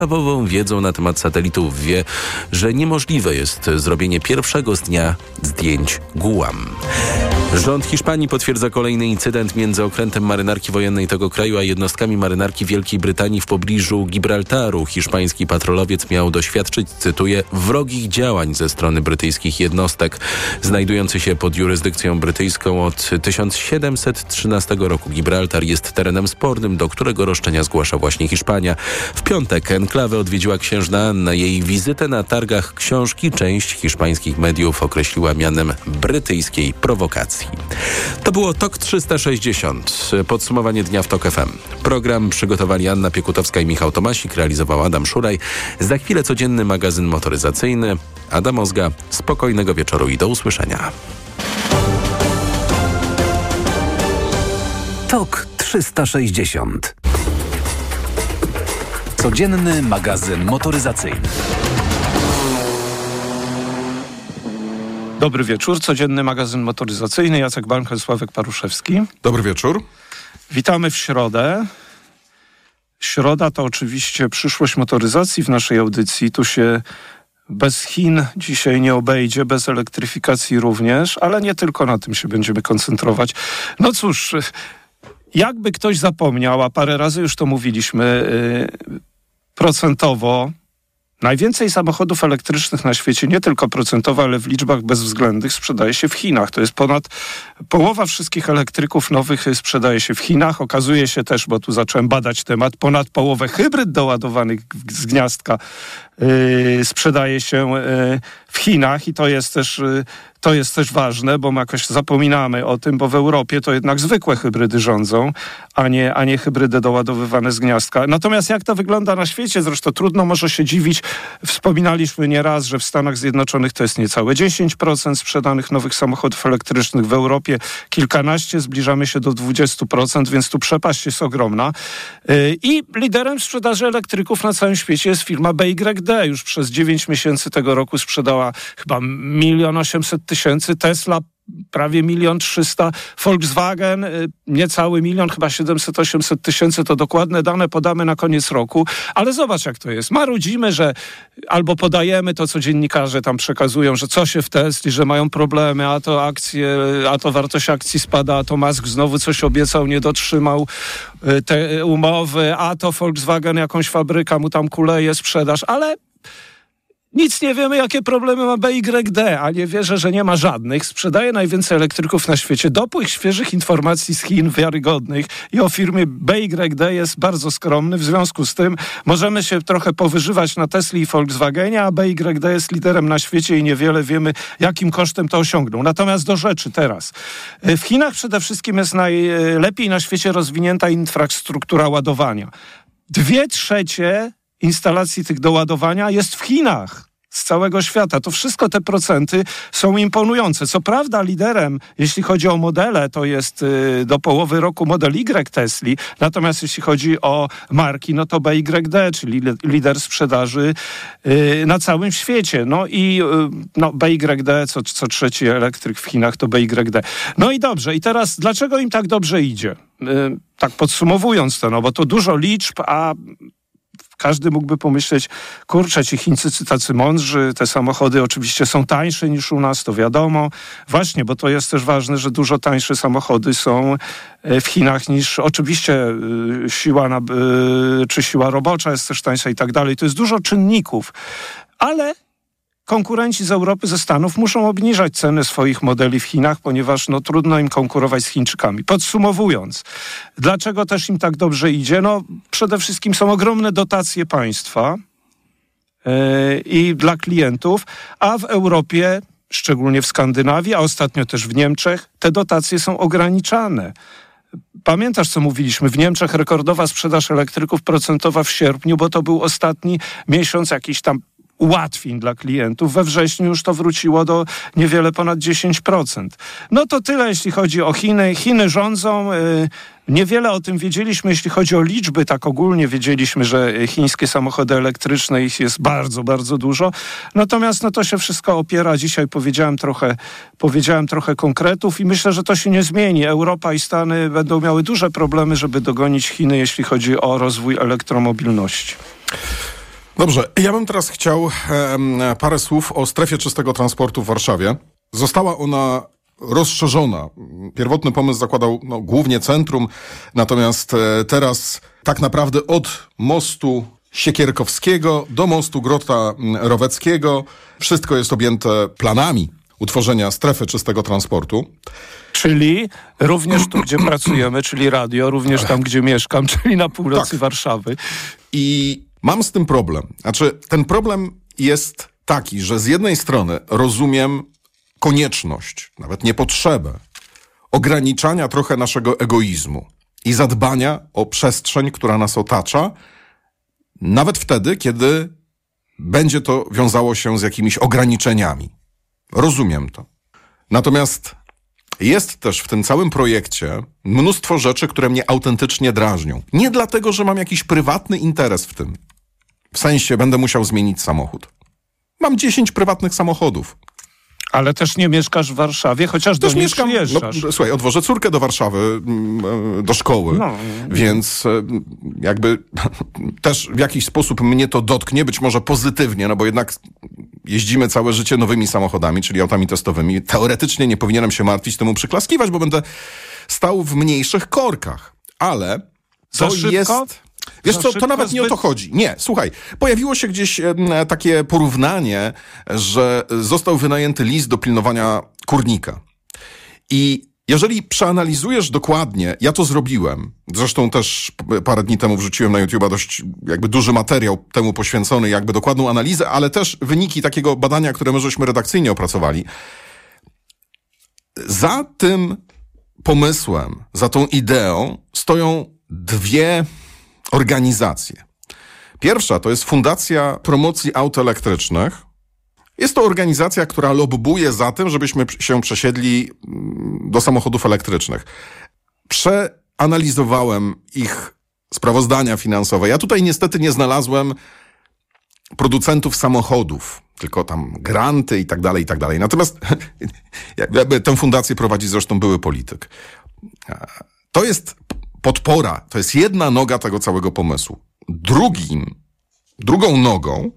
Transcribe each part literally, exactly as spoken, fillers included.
Podstawową wiedzą na temat satelitów wie, że niemożliwe jest zrobienie pierwszego z dnia zdjęć Guam. Rząd Hiszpanii potwierdza kolejny incydent między okrętem marynarki wojennej tego kraju a jednostkami marynarki Wielkiej Brytanii w pobliżu Gibraltaru. Hiszpański patrolowiec miał doświadczyć, cytuję, wrogich działań ze strony brytyjskich jednostek. Znajdujący się pod jurysdykcją brytyjską od tysiąc siedemset trzynastego roku Gibraltar jest terenem spornym, do którego roszczenia zgłasza właśnie Hiszpania. W piątek enklawę odwiedziła księżna Anna. Jej wizytę na targach książki część hiszpańskich mediów określiła mianem brytyjskiej prowokacji. To było Tok trzysta sześćdziesiąt. Podsumowanie dnia w Tok F M. Program przygotowali Anna Piekutowska i Michał Tomasik, realizował Adam Szuraj. Za chwilę codzienny magazyn motoryzacyjny. Adam Ozga. Spokojnego wieczoru i do usłyszenia. Tok trzysta sześćdziesiąt. Codzienny magazyn motoryzacyjny. Dobry wieczór, codzienny magazyn motoryzacyjny. Jacek Bankel, Sławek Paruszewski. Dobry wieczór. Witamy w środę. Środa to oczywiście przyszłość motoryzacji w naszej audycji. Tu się bez Chin dzisiaj nie obejdzie, bez elektryfikacji również, ale nie tylko na tym się będziemy koncentrować. No cóż, jakby ktoś zapomniał, a parę razy już to mówiliśmy, yy, procentowo najwięcej samochodów elektrycznych na świecie, nie tylko procentowo, ale w liczbach bezwzględnych sprzedaje się w Chinach. To jest ponad połowa wszystkich elektryków nowych sprzedaje się w Chinach. Okazuje się też, bo tu zacząłem badać temat, ponad połowę hybryd doładowanych z gniazdka yy, sprzedaje się yy, w Chinach i to jest też... Yy, To jest też ważne, bo my jakoś zapominamy o tym, bo w Europie to jednak zwykłe hybrydy rządzą, a nie, a nie hybrydy doładowywane z gniazdka. Natomiast jak to wygląda na świecie? Zresztą trudno może się dziwić. Wspominaliśmy nieraz, że w Stanach Zjednoczonych to jest niecałe dziesięć procent sprzedanych nowych samochodów elektrycznych. W Europie kilkanaście, zbliżamy się do dwadzieścia procent, więc tu przepaść jest ogromna. I liderem sprzedaży elektryków na całym świecie jest firma B Y D. Już przez dziewięć miesięcy tego roku sprzedała chyba milion osiemset tysięcy, Tesla prawie milion trzysta, Volkswagen niecały milion, chyba siedemset osiemset tysięcy, to dokładne dane podamy na koniec roku, ale zobacz jak to jest. Marudzimy, że albo podajemy to, co dziennikarze tam przekazują, że co się w Tesli, że mają problemy, a to akcje, a to wartość akcji spada, a to Musk znowu coś obiecał, nie dotrzymał te umowy, a to Volkswagen jakąś fabryka mu tam kuleje sprzedaż, ale nic nie wiemy, jakie problemy ma B Y D, a nie wierzę, że nie ma żadnych. Sprzedaje najwięcej elektryków na świecie. Dopływ świeżych informacji z Chin, wiarygodnych, i o firmie B Y D jest bardzo skromny. W związku z tym możemy się trochę powyżywać na Tesli i Volkswagenie, a B Y D jest liderem na świecie i niewiele wiemy, jakim kosztem to osiągnął. Natomiast do rzeczy teraz. W Chinach przede wszystkim jest najlepiej na świecie rozwinięta infrastruktura ładowania. Dwie trzecie instalacji tych do ładowania jest w Chinach z całego świata. To wszystko te procenty są imponujące. Co prawda liderem, jeśli chodzi o modele, to jest y, do połowy roku model Y Tesli, natomiast jeśli chodzi o marki, no to B Y D, czyli lider sprzedaży y, na całym świecie. No i y, no, B Y D, co, co trzeci elektryk w Chinach, to B Y D. No i dobrze, i teraz dlaczego im tak dobrze idzie? Y, tak podsumowując to, no bo to dużo liczb, a każdy mógłby pomyśleć, kurczę, ci Chińczycy tacy mądrzy, te samochody oczywiście są tańsze niż u nas, to wiadomo. Właśnie, bo to jest też ważne, że dużo tańsze samochody są w Chinach niż oczywiście siła na, czy siła robocza jest też tańsza i tak dalej. To jest dużo czynników, ale konkurenci z Europy, ze Stanów muszą obniżać ceny swoich modeli w Chinach, ponieważ no, trudno im konkurować z Chińczykami. Podsumowując, dlaczego też im tak dobrze idzie? No, przede wszystkim są ogromne dotacje państwa yy, i dla klientów, a w Europie, szczególnie w Skandynawii, a ostatnio też w Niemczech, te dotacje są ograniczane. Pamiętasz, co mówiliśmy? W Niemczech rekordowa sprzedaż elektryków procentowa w sierpniu, bo to był ostatni miesiąc jakiś tam ułatwień dla klientów. We wrześniu już to wróciło do niewiele ponad dziesięć procent. No to tyle, jeśli chodzi o Chiny. Chiny rządzą. Yy, niewiele o tym wiedzieliśmy, jeśli chodzi o liczby. Tak ogólnie wiedzieliśmy, że chińskie samochody elektryczne, ich jest bardzo, bardzo dużo. Natomiast no to się wszystko opiera. Dzisiaj powiedziałem trochę, powiedziałem trochę konkretów i myślę, że to się nie zmieni. Europa i Stany będą miały duże problemy, żeby dogonić Chiny, jeśli chodzi o rozwój elektromobilności. Dobrze, ja bym teraz chciał e, parę słów o strefie czystego transportu w Warszawie. Została ona rozszerzona. Pierwotny pomysł zakładał no, głównie centrum, natomiast e, teraz tak naprawdę od mostu Siekierkowskiego do mostu Grota Roweckiego wszystko jest objęte planami utworzenia strefy czystego transportu. Czyli również tu, gdzie pracujemy, czyli radio, również tam, gdzie mieszkam, czyli na północy Tak. Warszawy. I mam z tym problem. Znaczy, ten problem jest taki, że z jednej strony rozumiem konieczność, nawet nie potrzebę, ograniczania trochę naszego egoizmu i zadbania o przestrzeń, która nas otacza, nawet wtedy, kiedy będzie to wiązało się z jakimiś ograniczeniami. Rozumiem to. Natomiast jest też w tym całym projekcie mnóstwo rzeczy, które mnie autentycznie drażnią. Nie dlatego, że mam jakiś prywatny interes w tym. W sensie będę musiał zmienić samochód. Mam dziesięć prywatnych samochodów. Ale też nie mieszkasz w Warszawie, chociaż Też do niej mieszkam, przyjeżdżasz. no, słuchaj, odwożę córkę do Warszawy, do szkoły, No. więc jakby też w jakiś sposób mnie to dotknie, być może pozytywnie, no bo jednak jeździmy całe życie nowymi samochodami, czyli autami testowymi. Teoretycznie nie powinienem się martwić, temu przyklaskiwać, bo będę stał w mniejszych korkach. Ale Za to szybko? jest... Wiesz Za co, to szybko, nawet nie o to zbyt- chodzi. Nie, słuchaj, pojawiło się gdzieś e, takie porównanie, że został wynajęty lis do pilnowania kurnika. I jeżeli przeanalizujesz dokładnie, ja to zrobiłem, zresztą też parę dni temu wrzuciłem na YouTube'a dość jakby duży materiał temu poświęcony, jakby dokładną analizę, ale też wyniki takiego badania, które my żeśmy redakcyjnie opracowali. Za tym pomysłem, za tą ideą stoją dwie organizacje. Pierwsza to jest Fundacja Promocji Aut Elektrycznych. Jest to organizacja, która lobbuje za tym, żebyśmy się przesiedli do samochodów elektrycznych. Przeanalizowałem ich sprawozdania finansowe. Ja tutaj niestety nie znalazłem producentów samochodów, tylko tam granty i tak dalej, i tak dalej. Natomiast jakby tę fundację prowadzi zresztą były polityk. To jest podpora, to jest jedna noga tego całego pomysłu. Drugim, drugą nogą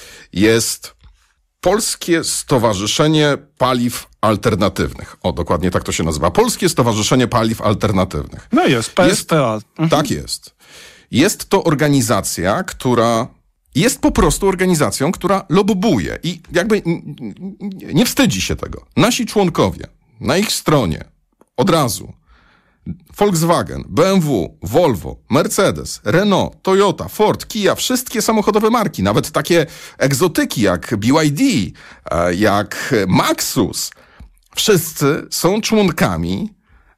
jest Polskie Stowarzyszenie Paliw Alternatywnych. O, dokładnie tak to się nazywa. Polskie Stowarzyszenie Paliw Alternatywnych. No jest, P S P A. Jest, Mhm. tak jest. Jest to organizacja, która jest po prostu organizacją, która lobbuje i jakby nie wstydzi się tego. Nasi członkowie na ich stronie od razu Volkswagen, B M W, Volvo, Mercedes, Renault, Toyota, Ford, Kia, wszystkie samochodowe marki, nawet takie egzotyki jak B Y D, jak Maxus, wszyscy są członkami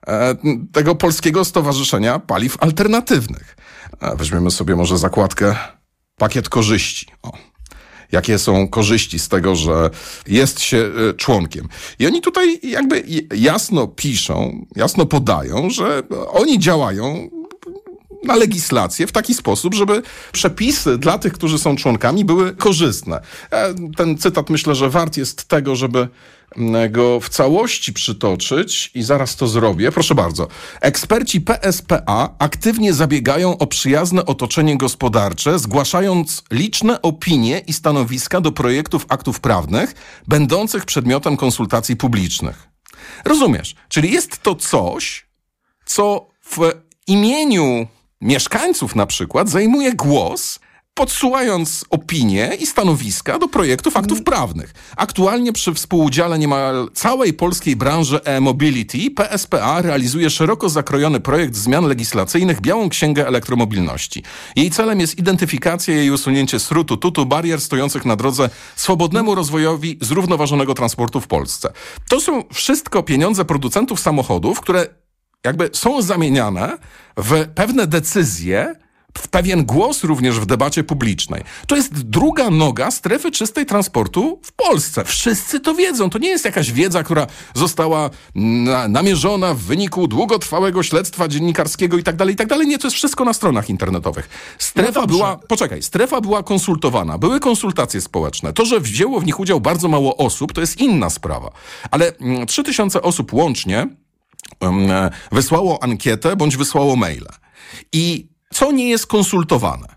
tego Polskiego Stowarzyszenia Paliw Alternatywnych. Weźmiemy sobie może zakładkę pakiet korzyści. O. Jakie są korzyści z tego, że jest się członkiem. I oni tutaj jakby jasno piszą, jasno podają, że oni działają na legislację w taki sposób, żeby przepisy dla tych, którzy są członkami, były korzystne. Ten cytat myślę, że wart jest tego, żeby go w całości przytoczyć i zaraz to zrobię. Proszę bardzo. Eksperci P S P A aktywnie zabiegają o przyjazne otoczenie gospodarcze, zgłaszając liczne opinie i stanowiska do projektów aktów prawnych, będących przedmiotem konsultacji publicznych. Rozumiesz? Czyli jest to coś, co w imieniu mieszkańców na przykład zajmuje głos, podsyłając opinie i stanowiska do projektów aktów prawnych. Aktualnie przy współudziale niemal całej polskiej branży e-mobility P S P A realizuje szeroko zakrojony projekt zmian legislacyjnych Białą Księgę Elektromobilności. Jej celem jest identyfikacja i usunięcie srutu tutu barier stojących na drodze swobodnemu rozwojowi zrównoważonego transportu w Polsce. To są wszystko pieniądze producentów samochodów, które jakby są zamieniane w pewne decyzje, w pewien głos również w debacie publicznej. To jest druga noga strefy czystej transportu w Polsce. Wszyscy to wiedzą. To nie jest jakaś wiedza, która została na, namierzona w wyniku długotrwałego śledztwa dziennikarskiego i tak dalej, i tak dalej. Nie, to jest wszystko na stronach internetowych. Strefa No była, poczekaj, strefa była konsultowana, były konsultacje społeczne. To, że wzięło w nich udział bardzo mało osób, to jest inna sprawa. Ale trzy tysiące osób łącznie um, wysłało ankietę bądź wysłało maile. I co nie jest konsultowane?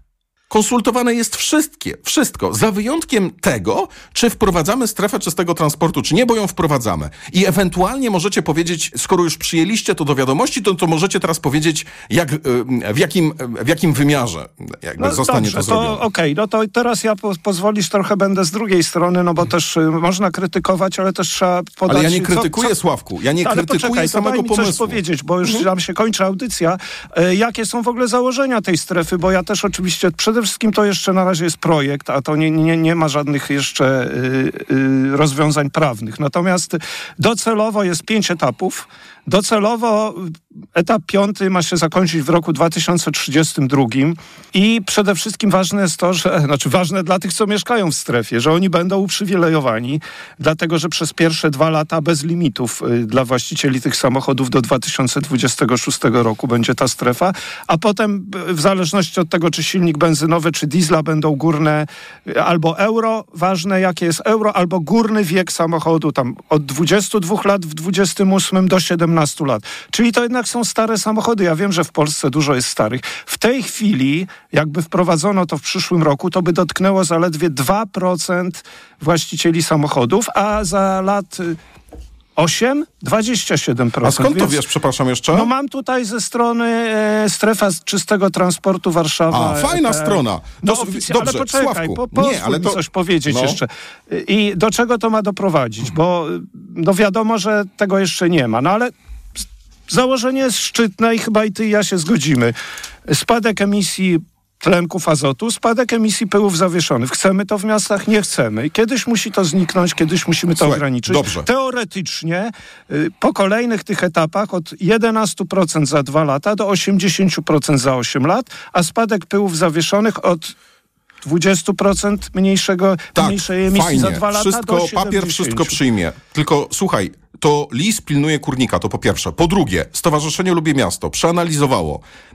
konsultowane jest wszystkie, wszystko, za wyjątkiem tego, czy wprowadzamy strefę czystego transportu, czy nie, bo ją wprowadzamy. I ewentualnie możecie powiedzieć, skoro już przyjęliście to do wiadomości, to, to możecie teraz powiedzieć, jak, w, jakim, w jakim wymiarze jakby no, zostanie dobrze, to zrobione. To okej, okay, no to teraz ja po, pozwolisz, trochę będę z drugiej strony, no bo też y, można krytykować, ale też trzeba podać... Ale ja nie krytykuję, co, co... Sławku, ja nie ale krytykuję poczekaj, samego daj mi pomysłu. coś powiedzieć, bo już nam się kończy audycja. E, jakie są w ogóle założenia tej strefy, bo ja też oczywiście, przede wszystkim to jeszcze na razie jest projekt, a to nie, nie, nie ma żadnych jeszcze y, y, rozwiązań prawnych. Natomiast docelowo jest pięć etapów. Docelowo etap piąty ma się zakończyć w roku dwa tysiące trzydziestym drugim i przede wszystkim ważne jest to, że, znaczy ważne dla tych, co mieszkają w strefie, że oni będą uprzywilejowani, dlatego że przez pierwsze dwa lata bez limitów y, dla właścicieli tych samochodów do dwa tysiące dwudziestego szóstego roku będzie ta strefa, a potem y, w zależności od tego, czy silnik benzynowy, czy diesla będą górne y, albo euro, ważne jakie jest euro, albo górny wiek samochodu, tam od dwudziestu dwóch lat w dwudziestym ósmym do siedemnastu lat. Czyli to jednak są stare samochody. Ja wiem, że w Polsce dużo jest starych. W tej chwili, jakby wprowadzono to w przyszłym roku, to by dotknęło zaledwie dwa procent właścicieli samochodów, a za lat osiem dwadzieścia siedem procent. A skąd to Więc, wiesz, przepraszam jeszcze? No mam tutaj ze strony e, strefa czystego transportu Warszawa. A, fajna e, strona. To, no oficja, dobrze, ale poczekaj, Sławku, po, pozwól nie, ale mi to... coś powiedzieć no. jeszcze. I do czego to ma doprowadzić? Bo no wiadomo, że tego jeszcze nie ma. No ale założenie jest szczytne i chyba i ty i ja się zgodzimy. Spadek emisji tlenków azotu, spadek emisji pyłów zawieszonych. Chcemy to w miastach? Nie chcemy. I kiedyś musi to zniknąć, kiedyś musimy to Słuchaj, ograniczyć. dobrze. Teoretycznie y, po kolejnych tych etapach od jedenaście procent za dwa lata do osiemdziesiąt procent za osiem lat, a spadek pyłów zawieszonych od dwadzieścia procent mniejszego, tak, mniejszej emisji fajnie. za dwa lata wszystko, do siedemdziesięciu. Papier wszystko przyjmie. Tylko słuchaj, to L I S pilnuje kurnika, to po pierwsze. Po drugie, Stowarzyszenie Lubię Miasto przeanalizowało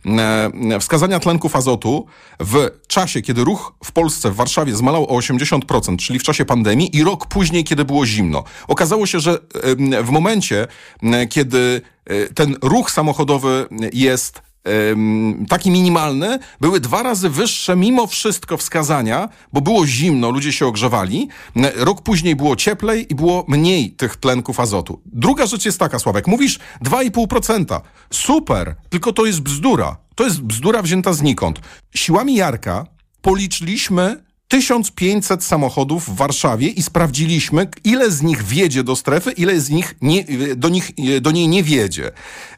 e, wskazania tlenków azotu w czasie, kiedy ruch w Polsce, w Warszawie zmalał o osiemdziesiąt procent, czyli w czasie pandemii i rok później, kiedy było zimno. Okazało się, że e, w momencie, e, kiedy e, ten ruch samochodowy jest taki minimalny, były dwa razy wyższe mimo wszystko wskazania, bo było zimno, ludzie się ogrzewali. Rok później było cieplej i było mniej tych tlenków azotu. Druga rzecz jest taka, Sławek, mówisz dwa i pół procent. Super, tylko to jest bzdura. To jest bzdura wzięta znikąd. Siłami Jarka policzyliśmy tysiąc pięćset samochodów w Warszawie i sprawdziliśmy, ile z nich wjedzie do strefy, ile z nich nie, do, nich, do niej nie wjedzie.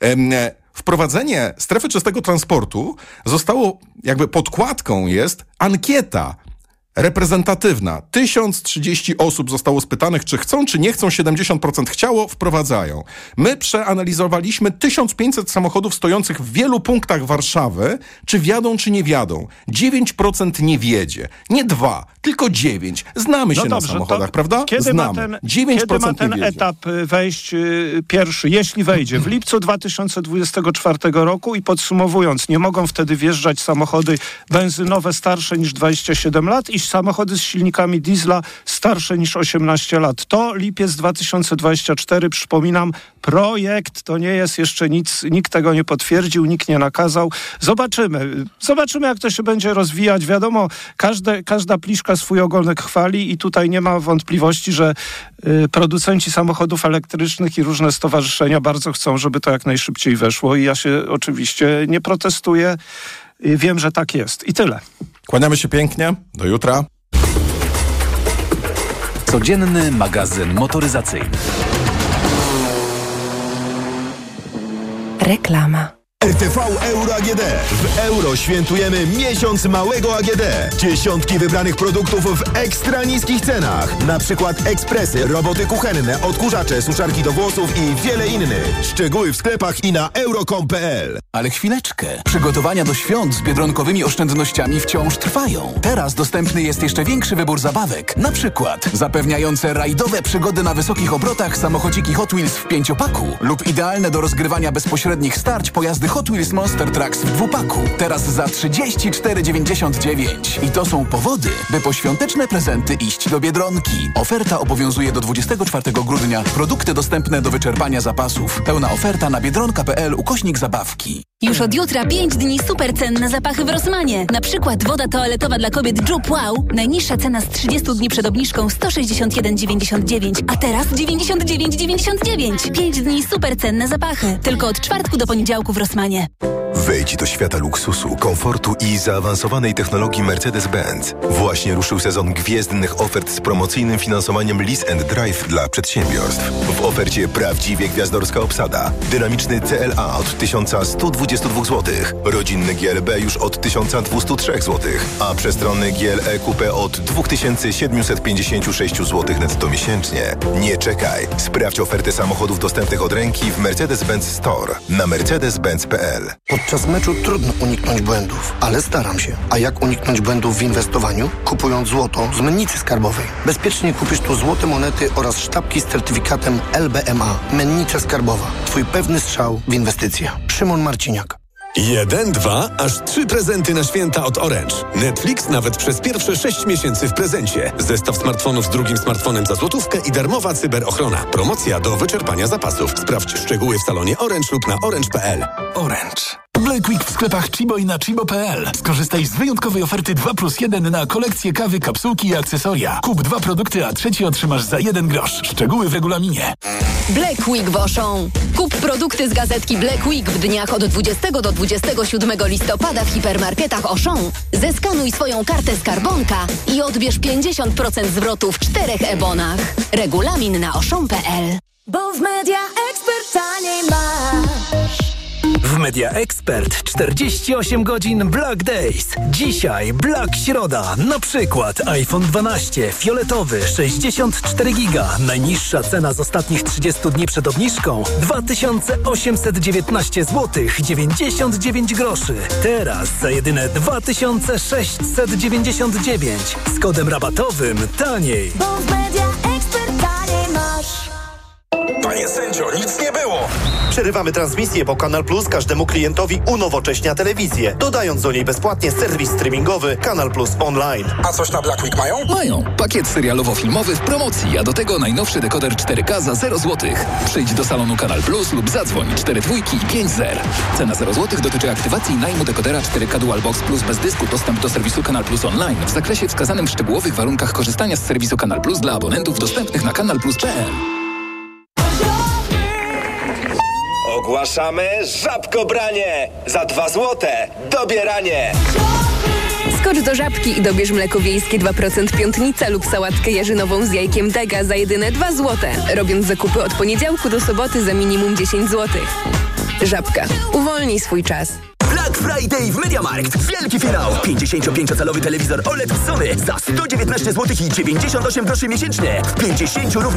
Wprowadzenie strefy czystego transportu zostało, jakby podkładką jest ankieta reprezentatywna. tysiąc trzydzieści osób zostało spytanych, czy chcą, czy nie chcą. siedemdziesiąt procent chciało, wprowadzają. My przeanalizowaliśmy tysiąc pięćset samochodów stojących w wielu punktach Warszawy, czy wjadą, czy nie wjadą. dziewięć procent nie wiedzie. Nie dwa, tylko dziewięć. Znamy się no dobrze, na samochodach, prawda? Kiedy Znamy. ma ten, dziewięć procent kiedy ma ten nie wiedzie. etap wejść y, pierwszy, jeśli wejdzie, w lipcu dwa tysiące dwudziestego czwartego roku i podsumowując, nie mogą wtedy wjeżdżać samochody benzynowe starsze niż dwadzieścia siedem lat i samochody z silnikami diesla starsze niż osiemnaście lat. To lipiec dwa tysiące dwudziesty czwarty, przypominam, projekt, to nie jest jeszcze nic, nikt tego nie potwierdził, nikt nie nakazał. Zobaczymy. Zobaczymy, jak to się będzie rozwijać. Wiadomo, każde, każda pliszka swój ogonek chwali i tutaj nie ma wątpliwości, że y, producenci samochodów elektrycznych i różne stowarzyszenia bardzo chcą, żeby to jak najszybciej weszło i ja się oczywiście nie protestuję. Y, wiem, że tak jest. I tyle. Kłaniamy się pięknie. Do jutra. Codzienny magazyn motoryzacyjny. Reklama. R T V Euro A G D. W Euro świętujemy miesiąc małego A G D. Dziesiątki wybranych produktów w ekstra niskich cenach. Na przykład ekspresy, roboty kuchenne, odkurzacze, suszarki do włosów i wiele innych. Szczegóły w sklepach i na euro kropka com kropka p l. Ale chwileczkę. Przygotowania do świąt z biedronkowymi oszczędnościami wciąż trwają. Teraz dostępny jest jeszcze większy wybór zabawek. Na przykład zapewniające rajdowe przygody na wysokich obrotach samochodziki Hot Wheels w pięciopaku lub idealne do rozgrywania bezpośrednich starć pojazdy Hot Wheels Monster Trucks w dwupaku. Teraz za trzydzieści cztery dziewięćdziesiąt dziewięć. I to są powody, by po świąteczne prezenty iść do Biedronki. Oferta obowiązuje do dwudziestego czwartego grudnia. Produkty dostępne do wyczerpania zapasów. Pełna oferta na biedronka kropka p l ukośnik zabawki. Już od jutra pięć dni super cen na zapachy w Rossmanie. Na przykład woda toaletowa dla kobiet Jup Wow. Najniższa cena z trzydziestu dni przed obniżką sto sześćdziesiąt jeden dziewięćdziesiąt dziewięć, a teraz dziewięćdziesiąt dziewięć dziewięćdziesiąt dziewięć. pięć dni super cen na zapachy. Tylko od czwartku do poniedziałku w Rossmanie. Wejdź do świata luksusu, komfortu i zaawansowanej technologii Mercedes-Benz. Właśnie ruszył sezon gwiezdnych ofert z promocyjnym finansowaniem Lease and Drive dla przedsiębiorstw. W ofercie prawdziwie gwiazdorska obsada. Dynamiczny C L A od tysiąc sto dwadzieścia dwa złotych. Rodzinny G L B już od tysiąc dwieście trzy złotych. A przestronny G L E Coupe od dwa tysiące siedemset pięćdziesiąt sześć złotych netto miesięcznie. Nie czekaj. Sprawdź ofertę samochodów dostępnych od ręki w Mercedes-Benz Store na mercedes benz kropka p l. Podczas meczu trudno uniknąć błędów, ale staram się. A jak uniknąć błędów w inwestowaniu? Kupując złoto z mennicy skarbowej. Bezpiecznie kupisz tu złote monety oraz sztabki z certyfikatem L B M A. Mennica skarbowa. Twój pewny strzał w inwestycje. Szymon Marciniak. Jeden, dwa, aż trzy prezenty na święta od Orange. Netflix nawet przez pierwsze sześć miesięcy w prezencie. Zestaw smartfonów z drugim smartfonem za złotówkę i darmowa cyberochrona. Promocja do wyczerpania zapasów. Sprawdź szczegóły w salonie Orange lub na orange kropka p l. Orange. Black Week w sklepach Chibo i na chibo kropka p l. Skorzystaj z wyjątkowej oferty dwa plus jeden na kolekcję kawy, kapsułki i akcesoria. Kup dwa produkty, a trzeci otrzymasz za jeden grosz. Szczegóły w regulaminie. Black Week w Auchan. Kup produkty z gazetki Black Week w dniach od dwudziestego do dwudziestego siódmego listopada w hipermarketach Auchan. Zeskanuj swoją kartę skarbonka i odbierz pięćdziesiąt procent zwrotu w czterech e-bonach. Regulamin na auchan kropka p l. Bo w Media Expert taniej masz. W Media Expert czterdzieści osiem godzin Black Days. Dzisiaj Black Środa. Na przykład iPhone dwanaście fioletowy sześćdziesiąt cztery giga. Najniższa cena z ostatnich trzydziestu dni przed obniżką dwa tysiące osiemset dziewiętnaście złotych dziewięćdziesiąt dziewięć groszy. Teraz za jedyne dwa tysiące sześćset dziewięćdziesiąt dziewięć. Z kodem rabatowym taniej. Bo w Media Expert taniej masz. Panie sędzio, nic nie było! Przerywamy transmisję, bo Kanal Plus każdemu klientowi unowocześnia telewizję, dodając do niej bezpłatnie serwis streamingowy Kanal Plus Online. A coś na Black Week mają? Mają. Pakiet serialowo-filmowy w promocji, a do tego najnowszy dekoder cztery K za zero złotych. Przyjdź do salonu Kanal Plus lub zadzwoń cztery dwójki i pięć zer. Cena zero złotych dotyczy aktywacji i najmu dekodera cztery K Dual Box Plus bez dysku, dostęp do serwisu Kanal Plus Online w zakresie wskazanym w szczegółowych warunkach korzystania z serwisu Kanal Plus dla abonentów dostępnych na kanal plus kropka p l. Ogłaszamy żabkobranie! Za dwa złote dobieranie! Skocz do Żabki i dobierz mleko wiejskie dwa procent piątnica lub sałatkę jarzynową z jajkiem Dega za jedyne dwa złote. Robiąc zakupy od poniedziałku do soboty za minimum dziesięć złotych. Żabka. Uwolnij swój czas. Black Friday w MediaMarkt. Wielki finał. pięćdziesięciopięciocalowy telewizor O L E D Sony za sto dziewiętnaście złotych i dziewięćdziesiąt osiem groszy miesięcznie. W pięćdziesięciu